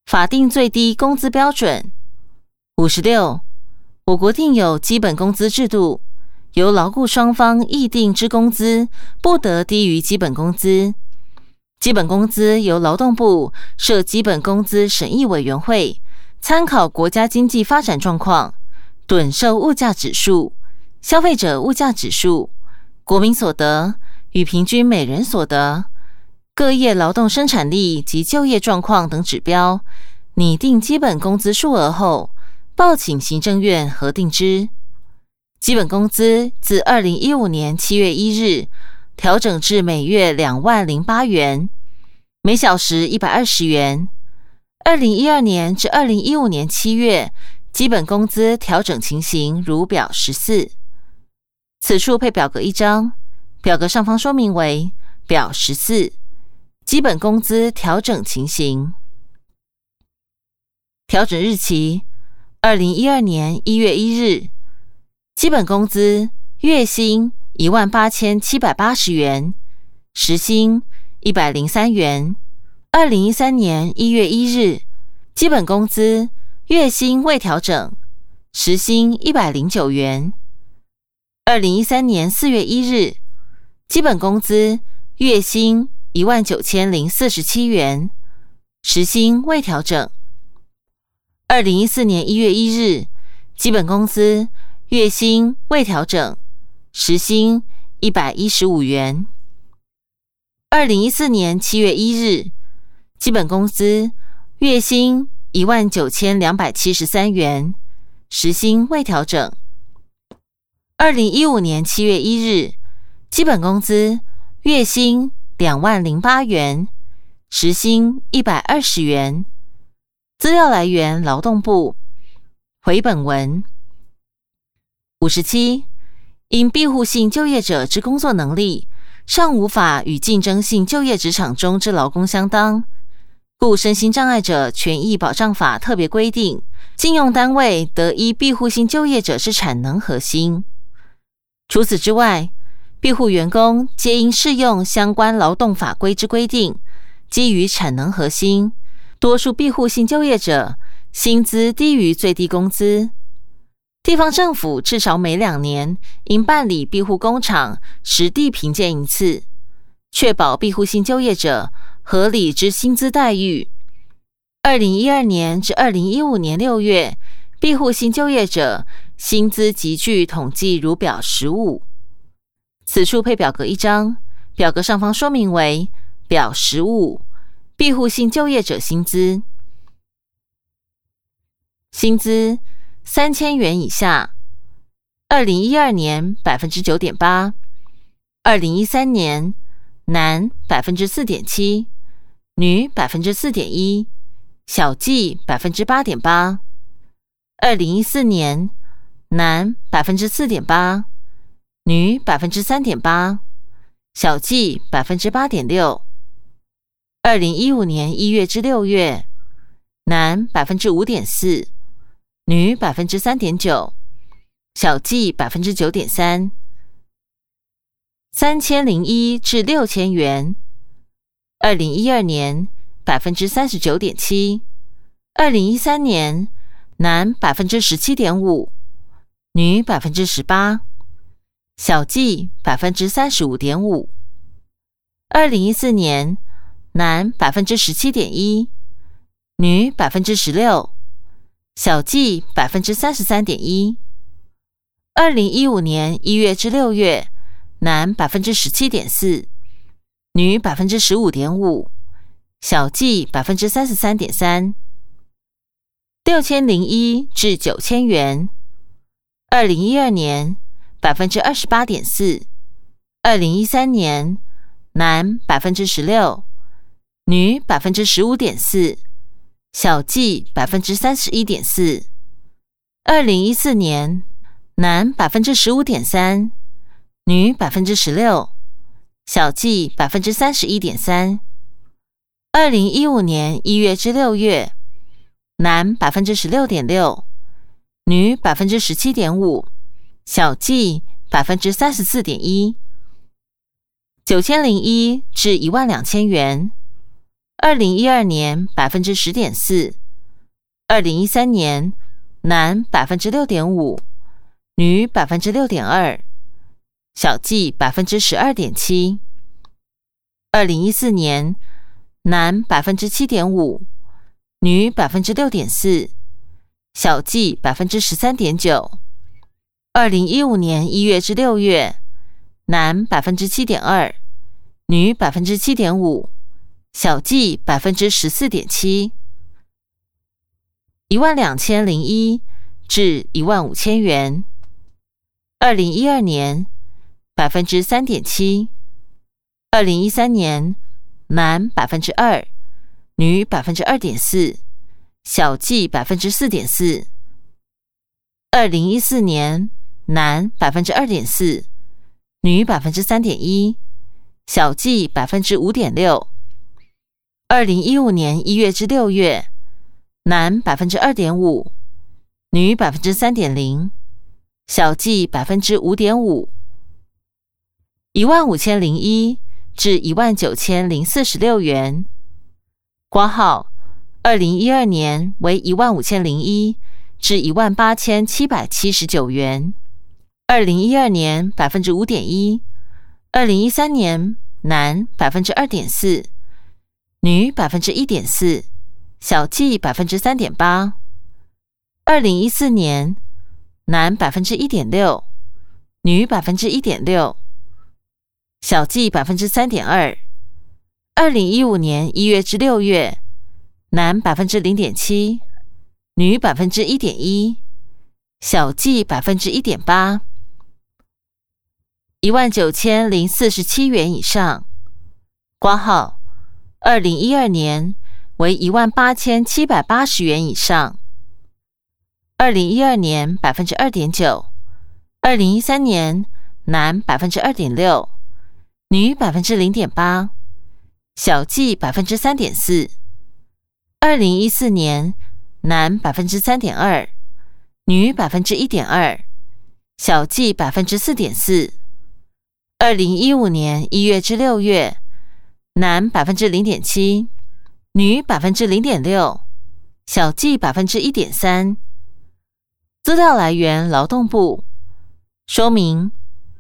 法定最低工资标准。56. 我国定有基本工资制度，由劳雇双方议定之工资不得低于基本工资。基本工资由劳动部设基本工资审议委员会，参考国家经济发展状况，趸售物价指数、消费者物价指数、国民所得与平均每人所得、各业劳动生产力及就业状况等指标，拟定基本工资数额后，报请行政院核定之。基本工资自2015年7月1日调整至每月20008元，每小时120元。2012年至2015年7月，基本工资调整情形如表14。此处配表格1张，表格上方说明为表14，基本工资调整情形。调整日期2012年1月1日，基本工资月薪18780元，时薪103元。2013年1月1日，基本工资月薪未调整，时薪109元。2013年4月1日，基本工资月薪19047元，时薪未调整。2014年1月1日，基本工资月薪未调整，时薪115元。2014年7月1日，基本工资月薪19273元，时薪未调整。2015年7月1日，基本工资月薪20008元，时薪120元。资料来源劳动部。回本文。57. 因庇护性就业者之工作能力尚无法与竞争性就业职场中之劳工相当，故身心障碍者权益保障法特别规定，聘用单位得依庇护性就业者之产能核薪。除此之外，庇护员工皆应适用相关劳动法规之规定，基于产能核薪。多数庇护性就业者薪资低于最低工资。地方政府至少每2年应办理庇护工厂实地评鉴一次，确保庇护性就业者合理之薪资待遇。2012年至2015年6月，庇护性就业者薪资集聚统计如表15。此处配表格1张，表格上方说明为表15，庇护性就业者薪资。薪资3000元以下，2012年 9.8%， 2013年男 4.7%， 女 4.1%， 小计 8.8%。 2014年男 4.8%， 女 3.8%， 小计 8.6%。2015年1月至6月，男 5.4%， 女 3.9%， 小计 9.3%。3001至6000元，2012年 39.7%， 2013年男 17.5%， 女 18%， 小计 35.5%。2014年男 17.1%， 女 16%， 小计 33.1%。2015年1月至6月，男 17.4%， 女 15.5%， 小计 33.3%。6001至9000元，2012年 28.4%， 2013年男 16%， 女 15.4%， 小计 31.4%。2014年男 15.3%， 女 16%， 小计 31.3%。2015年1月至6月，男 16.6%， 女 17.5%， 小计 34.1%。9001至12000元 2012年 10.4%， 2013年男 6.5%， 女 6.2%， 小计 12.7%。 2014年男 7.5%， 女 6.4%， 小计 13.9%。 2015年1月至6月，男 7.2%， 女 7.5%， 小计 14.7%。 12001至15000元。2012年 3.7%， 2013年男 2%， 女 2.4%， 小计 4.4%。 2014年男 2.4%， 女 3.1%， 小计 5.6%。 2015年1月至6月，男 2.5%， 女 3.0%， 小计 5.5%。 15001至19046元。括号2012年为15001至18779元。2012年 5.1%， 2013年男 2.4%， 女 1.4%， 小计 3.8%。 2014年男 1.6%， 女 1.6%， 小计 3.2%。 2015年1月至6月，男 0.7%， 女 1.1%， 小计 1.8%。 19047元以上。括号2012年为18780元以上。2012年 2.9%， 2013年男 2.6%， 女 0.8%， 小计 3.4%。 2014年男 3.2%， 女 1.2%， 小计 4.4%。 2015年1月至6月，男 0.7%， 女 0.6%， 小计 1.3%。 资料来源劳动部。说明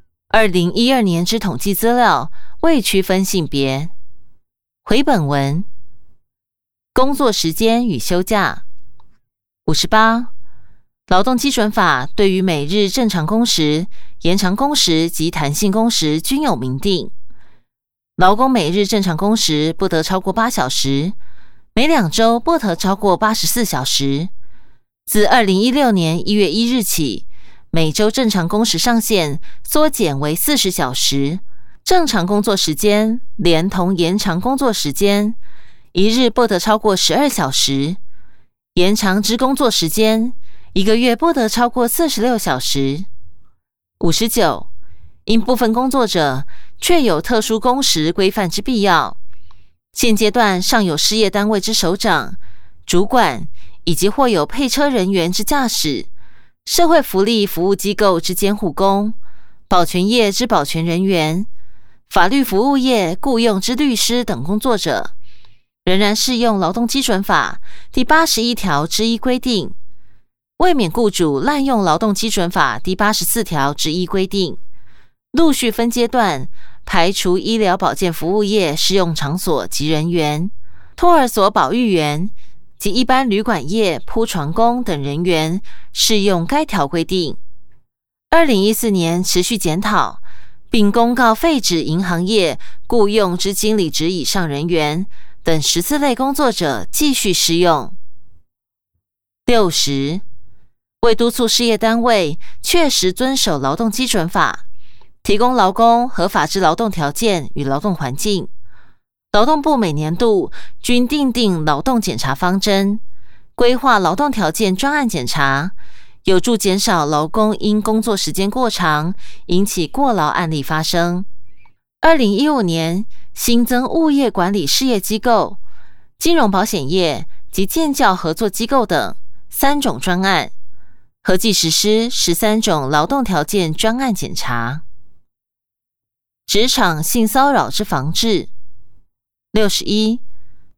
2012年之统计资料未区分性别。回本文。工作时间与休假。58. 劳动基准法对于每日正常工时、延长工时及弹性工时均有明定。劳工每日正常工时不得超过8小时，每2周不得超过84小时。自2016年1月1日起，每周正常工时上限缩减为40小时，正常工作时间连同延长工作时间，一日不得超过12小时。延长之工作时间，一个月不得超过46小时。59. 因部分工作者确有特殊工时规范之必要，现阶段尚有事业单位之首长、主管以及或有配车人员之驾驶、社会福利服务机构之监护工、保全业之保全人员、法律服务业雇用之律师等工作者，仍然适用劳动基准法第81条之一规定，为免雇主滥用劳动基准法第84条之一规定，陆续分阶段排除医疗保健服务业适用场所及人员、托儿所保育员及一般旅馆业铺床工等人员适用该条规定。2014年持续检讨，并公告废止银行业雇用之经理职以上人员等14类工作者继续适用。60. 为督促事业单位确实遵守劳动基准法，提供劳工合法之劳动条件与劳动环境，劳动部每年度均订定劳动检查方针，规划劳动条件专案检查，有助减少劳工因工作时间过长引起过劳案例发生。2015年新增物业管理事业机构、金融保险业及建教合作机构等3种专案，合计实施13种劳动条件专案检查。职场性骚扰之防治。61.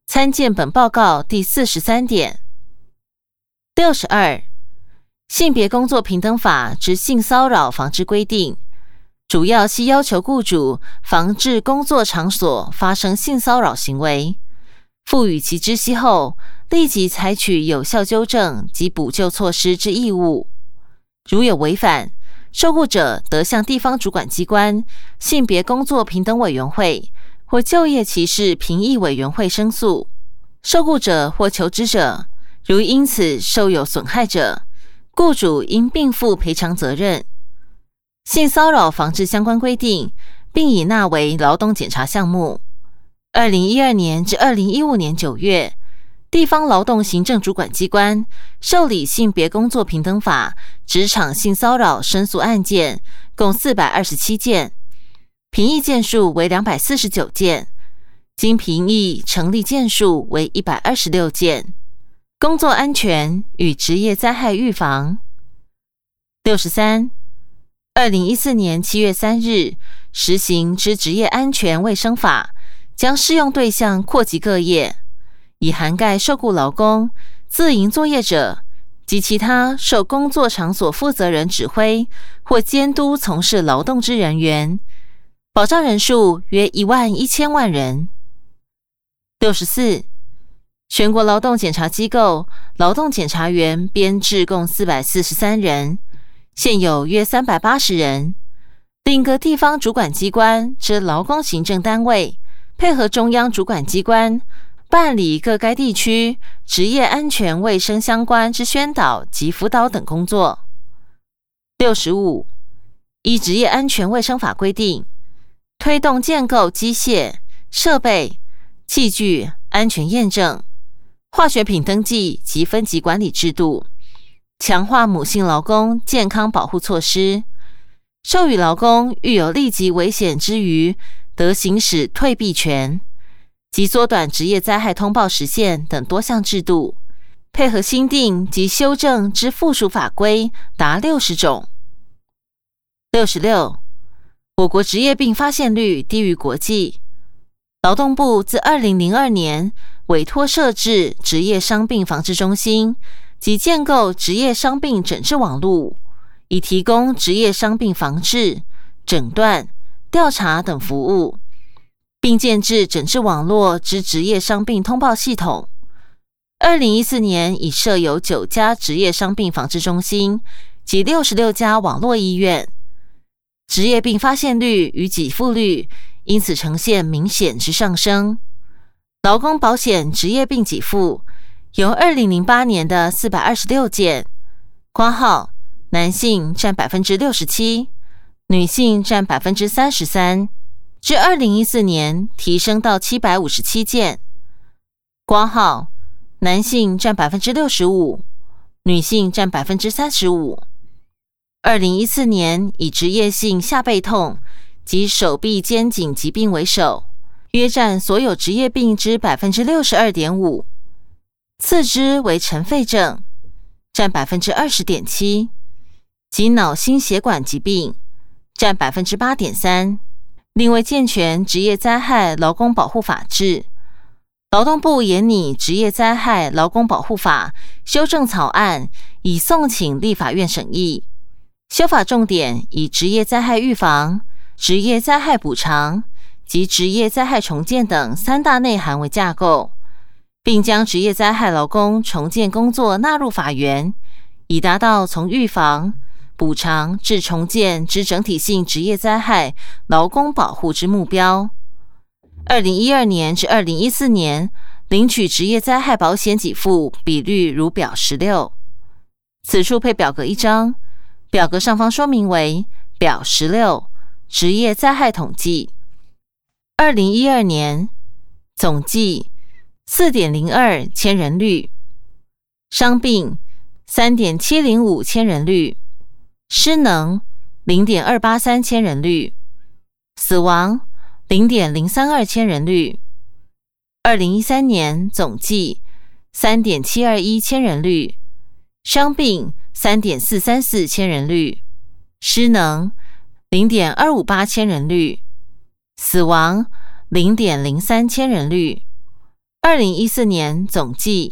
参见本报告第43点。62. 性别工作平等法之性骚扰防治规定，主要系要求雇主防治工作场所发生性骚扰行为，赋予其知悉后立即采取有效纠正及补救措施之义务。如有违反，受雇者得向地方主管机关、性别工作平等委员会或就业歧视评议委员会申诉。受雇者或求职者如因此受有损害者，雇主应并负赔偿责任。性骚扰防治相关规定并已纳为劳动检查项目。2012年至2015年9月，地方劳动行政主管机关受理性别工作平等法职场性骚扰申诉案件共427件，评议件数为249件，经评议成立件数为126件。工作安全与职业灾害预防。63. 2014年7月3日实行之职业安全卫生法将适用对象扩及各业，以涵盖受雇劳工、自营作业者及其他受工作场所负责人指挥或监督从事劳动之人员，保障人数约11000万人。64. 全国劳动检查机构劳动检查员编制共443人，现有约380人。另各地方主管机关之劳工行政单位配合中央主管机关办理各该地区职业安全卫生相关之宣导及辅导等工作。65. 依职业安全卫生法规定，推动建构机械、设备、器具安全验证、化学品登记及分级管理制度，强化母性劳工健康保护措施，授予劳工遇有立即危险之余得行使退避权，及缩短职业灾害通报时限等多项制度，配合新订及修正之附属法规达60种。66. 我国职业病发现率低于国际。劳动部自2002年委托设置职业伤病防治中心及建构职业伤病诊治网路，以提供职业伤病防治、诊断、调查等服务，并建置诊治网络之职业伤病通报系统。2014年已设有9家职业伤病防治中心及66家网络医院，职业病发现率与给付率因此呈现明显之上升。劳工保险职业病给付由2008年的426件（括号男性占 67%， 女性占 33%） 至2014年提升到757件（括号男性占 65%， 女性占 35%）。2014年以职业性下背痛及手臂肩颈疾病为首，约占所有职业病之 62.5%， 次之为尘肺症，占 20.7%， 及脑心血管疾病，占 8.3%。另为健全职业灾害劳工保护法制，劳动部研拟职业灾害劳工保护法修正草案，已送请立法院审议。修法重点以职业灾害预防、职业灾害补偿及职业灾害重建等3大内涵为架构，并将职业灾害劳工重建工作纳入法源，以达到从预防、补偿至重建之整体性职业灾害劳工保护之目标。2012年至2014年领取职业灾害保险给付比率如表16，此处配表格1张，表格上方说明为表16职业灾害统计。2012年总计 4.02 千人率，伤病 3.705 千人率，失能 0.283 千人率，死亡 0.032 千人率。2013年总计 3.721 千人率，伤病 3.434 千人率，失能 0.258 千人率，死亡 0.03 千人率。 2014年总计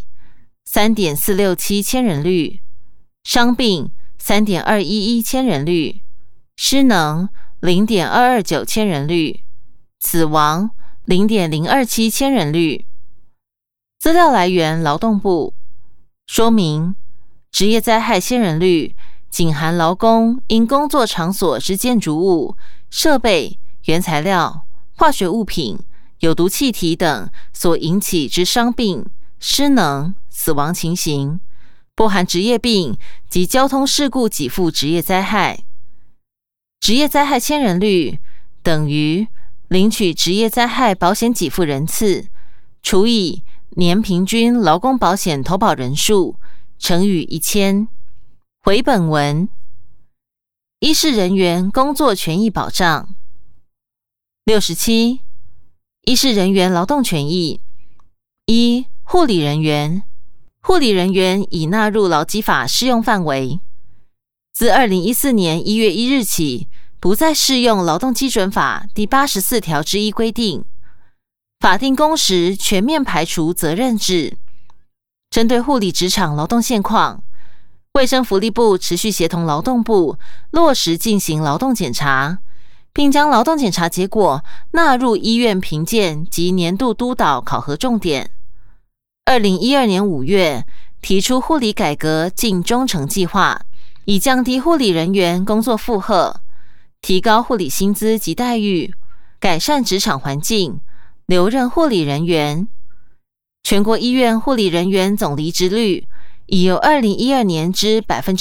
3.467 千人率，伤病 3.211 千人率，失能 0.229 千人率，死亡 0.027 千人率。资料来源劳动部。说明：职业灾害先人率仅含劳工因工作场所之建筑物、设备、原材料、化学物品、有毒气体等所引起之伤病、失能、死亡情形，不含职业病及交通事故给付职业灾害。职业灾害千人率等于领取职业灾害保险给付人次除以年平均劳工保险投保人数乘以1000。回本文。医事人员工作权益保障。67. 医事人员劳动权益。1. 护理人员。护理人员已纳入劳基法适用范围。自2014年1月1日起，不再适用劳动基准法第84条之一规定，法定工时全面排除责任制。针对护理职场劳动现况，卫生福利部持续协同劳动部落实进行劳动检查，并将劳动检查结果纳入医院评鉴及年度督导考核重点。2012年5月提出护理改革进中程计划，以降低护理人员工作负荷，提高护理薪资及待遇，改善职场环境，留任护理人员。全国医院护理人员总离职率已由2012年之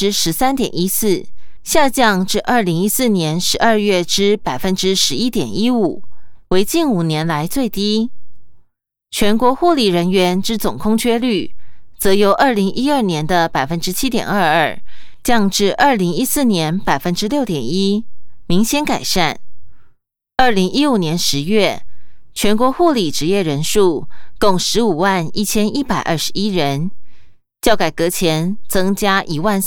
13.14% 下降至2014年12月之 11.15%， 为近5年来最低。全国护理人员之总空缺率则由2012年的 7.22% 降至2014年 6.1%， 明显改善。2015年10月，全国护理职业人数共151121人，较改革前增加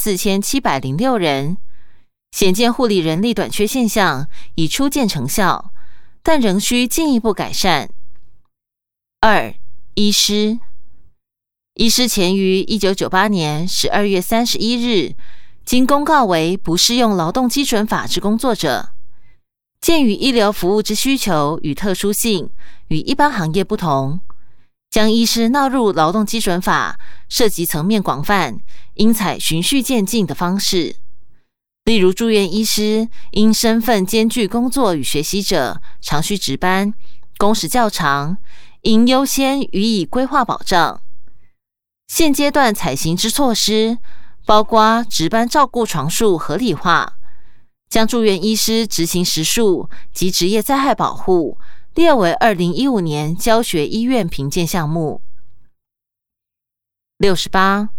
14706人，显见护理人力短缺现象已初见成效，但仍需进一步改善。2. 医师。医师前于1998年12月31日经公告为不适用劳动基准法之工作者，鉴于医疗服务之需求与特殊性与一般行业不同，将医师纳入劳动基准法涉及层面广泛，应采循序渐进的方式。例如住院医师因身份兼具工作与学习者，常需值班，工时较长，应优先予以规划保障。现阶段采行之措施，包括值班照顾床数合理化，将住院医师执行时数及职业灾害保护列为2015年教学医院评鉴项目。68.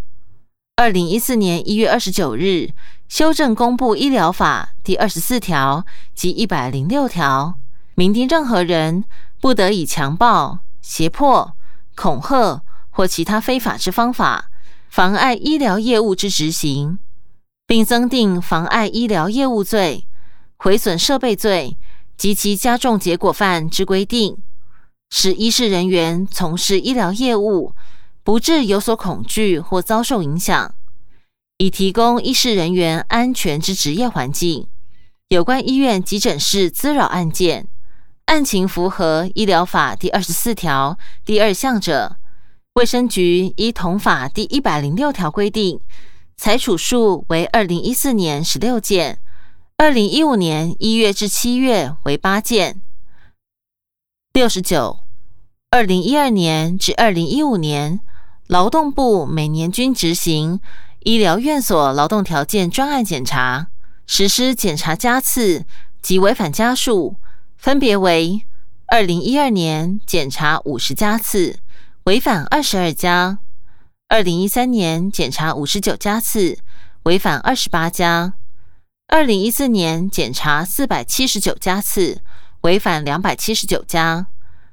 2014年1月29日修正公布医疗法第24条及106条，明定任何人不得以强暴、胁迫、恐吓或其他非法之方法妨碍医疗业务之执行，并增订妨碍医疗业务罪、毁损设备罪及其加重结果犯之规定，使医事人员从事医疗业务不致有所恐惧或遭受影响，以提供医事人员安全之职业环境。有关医院急诊室滋扰案件，案情符合医疗法第24条第2项者，卫生局依同法第106条规定，裁处数为2014年16件，2015年1月至7月为8件。69. 2012年至2015年，劳动部每年均执行医疗院所劳动条件专案检查，实施检查家次及违反家数，分别为2012年检查50家次，违反22家；2013年检查59家次，违反28家；2014年检查479家次，违反279家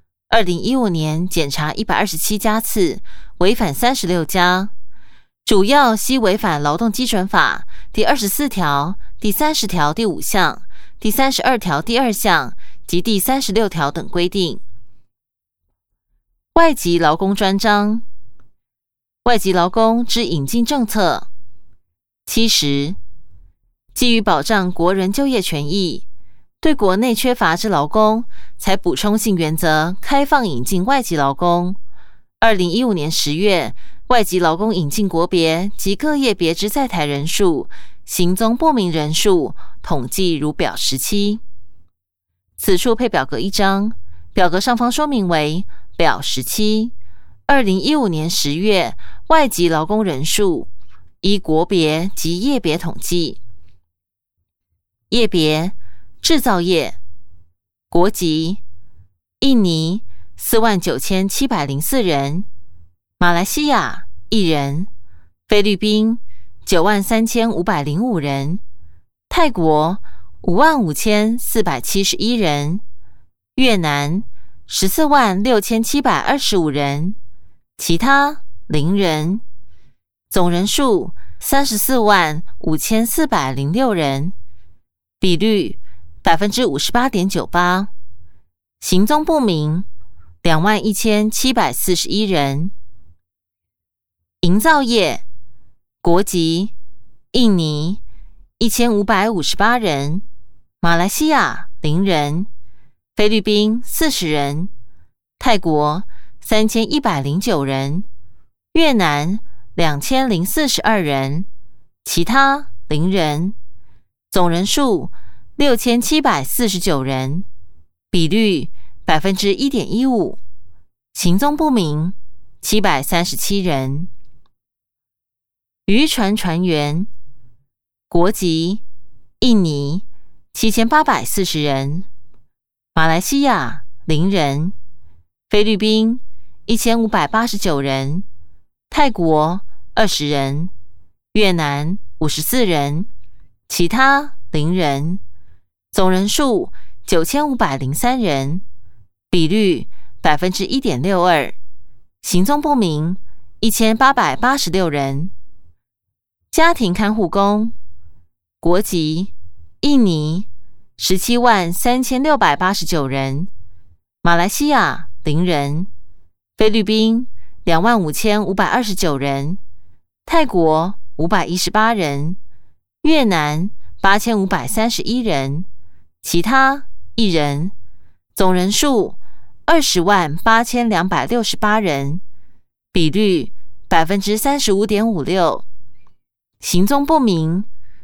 ；2015年检查127家次，违反36家。主要系违反劳动基准法第24条、第30条第5项、第32条第2项及第36条等规定。 外籍劳工专章，外籍劳工之引进政策。70、基于保障国人就业权益，对国内缺乏之劳工，采补充性原则开放引进外籍劳工。2015年10月，外籍劳工引进国别及各业别之在台人数、行踪不明人数统计如表17。此处配表格1张，表格上方说明为表17。2015年10月外籍劳工人数，依国别及业别统计。业别：制造业。国籍：印尼49704人，马来西亚1人，菲律宾93505人，泰国55471人，越南146725人，其他0人，总人数345406人，比率 58.98%， 行踪不明21741人。营造业。国籍：印尼1558人，马来西亚0人，菲律宾40人，泰国3109人，越南2042人，其他0人，总人数6749人，比率 1.15%， 行踪不明737人。渔船船员。国籍：印尼7840人，马来西亚0人，菲律宾1589人，泰国20人，越南54人，其他0人，总人数9503人，比率 1.62%， 行踪不明1886人。家庭看护工。国籍：印尼173689人，马来西亚0人，菲律宾25529人，泰国518人，越南8531人，其他1人，总人数208268人，比率 35.56%， 行踪不明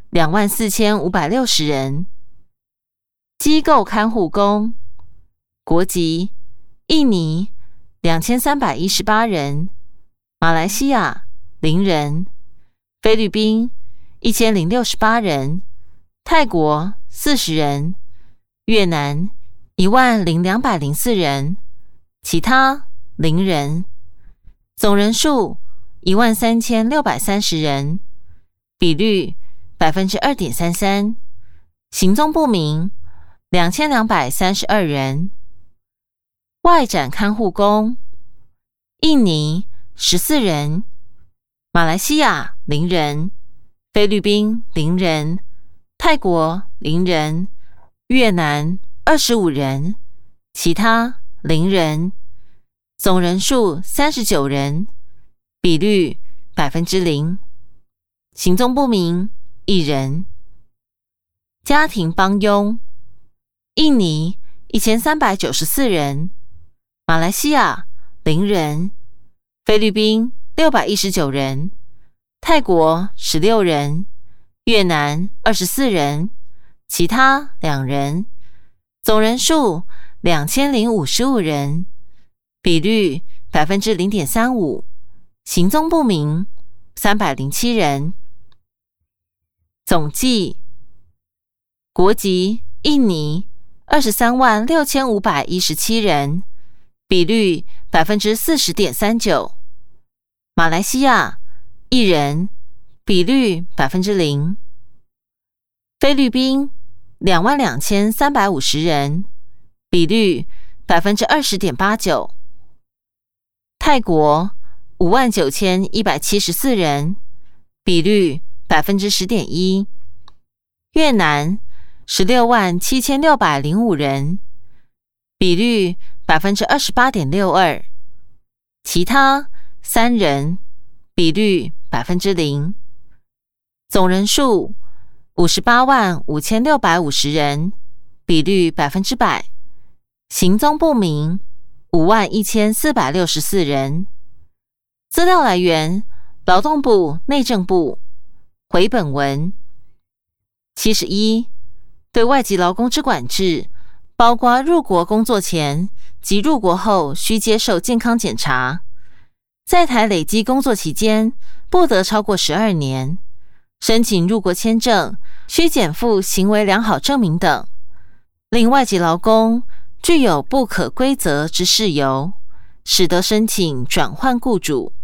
24560人。机构看护工。国籍：印尼2318人，马来西亚0人，菲律宾1068人，泰国40人，越南10204人，其他0人，总人数13630人，比率 2.33%， 行踪不明2232人。外展看护工。印尼14人，马来西亚0人，菲律宾0人，泰国0人，越南25人，其他0人，总人数39人，比率 0%， 行踪不明1人。家庭帮佣。印尼1394人，马来西亚0人，菲律宾619人，泰国16人，越南24人，其他2人，总人数2055人，比率 0.35%， 行踪不明307人。总计。国籍：印尼236517人，比率 40.39%， 马来西亚1人，比率 0%， 菲律宾22350人，比率 20.89%， 泰国59174人，比率 10.1%， 越南167,605人，比率 28.62%， 其他3人，比率 0%。总人数585650人，比率 100%。行踪不明51464人。资料来源：劳动部、内政部。回本文。71. 对外籍劳工之管制，包括入国工作前及入国后需接受健康检查，在台累积工作期间不得超过12年，申请入国签证需检附行为良好证明等，令外籍劳工具有不可归责之事由，使得申请转换雇主。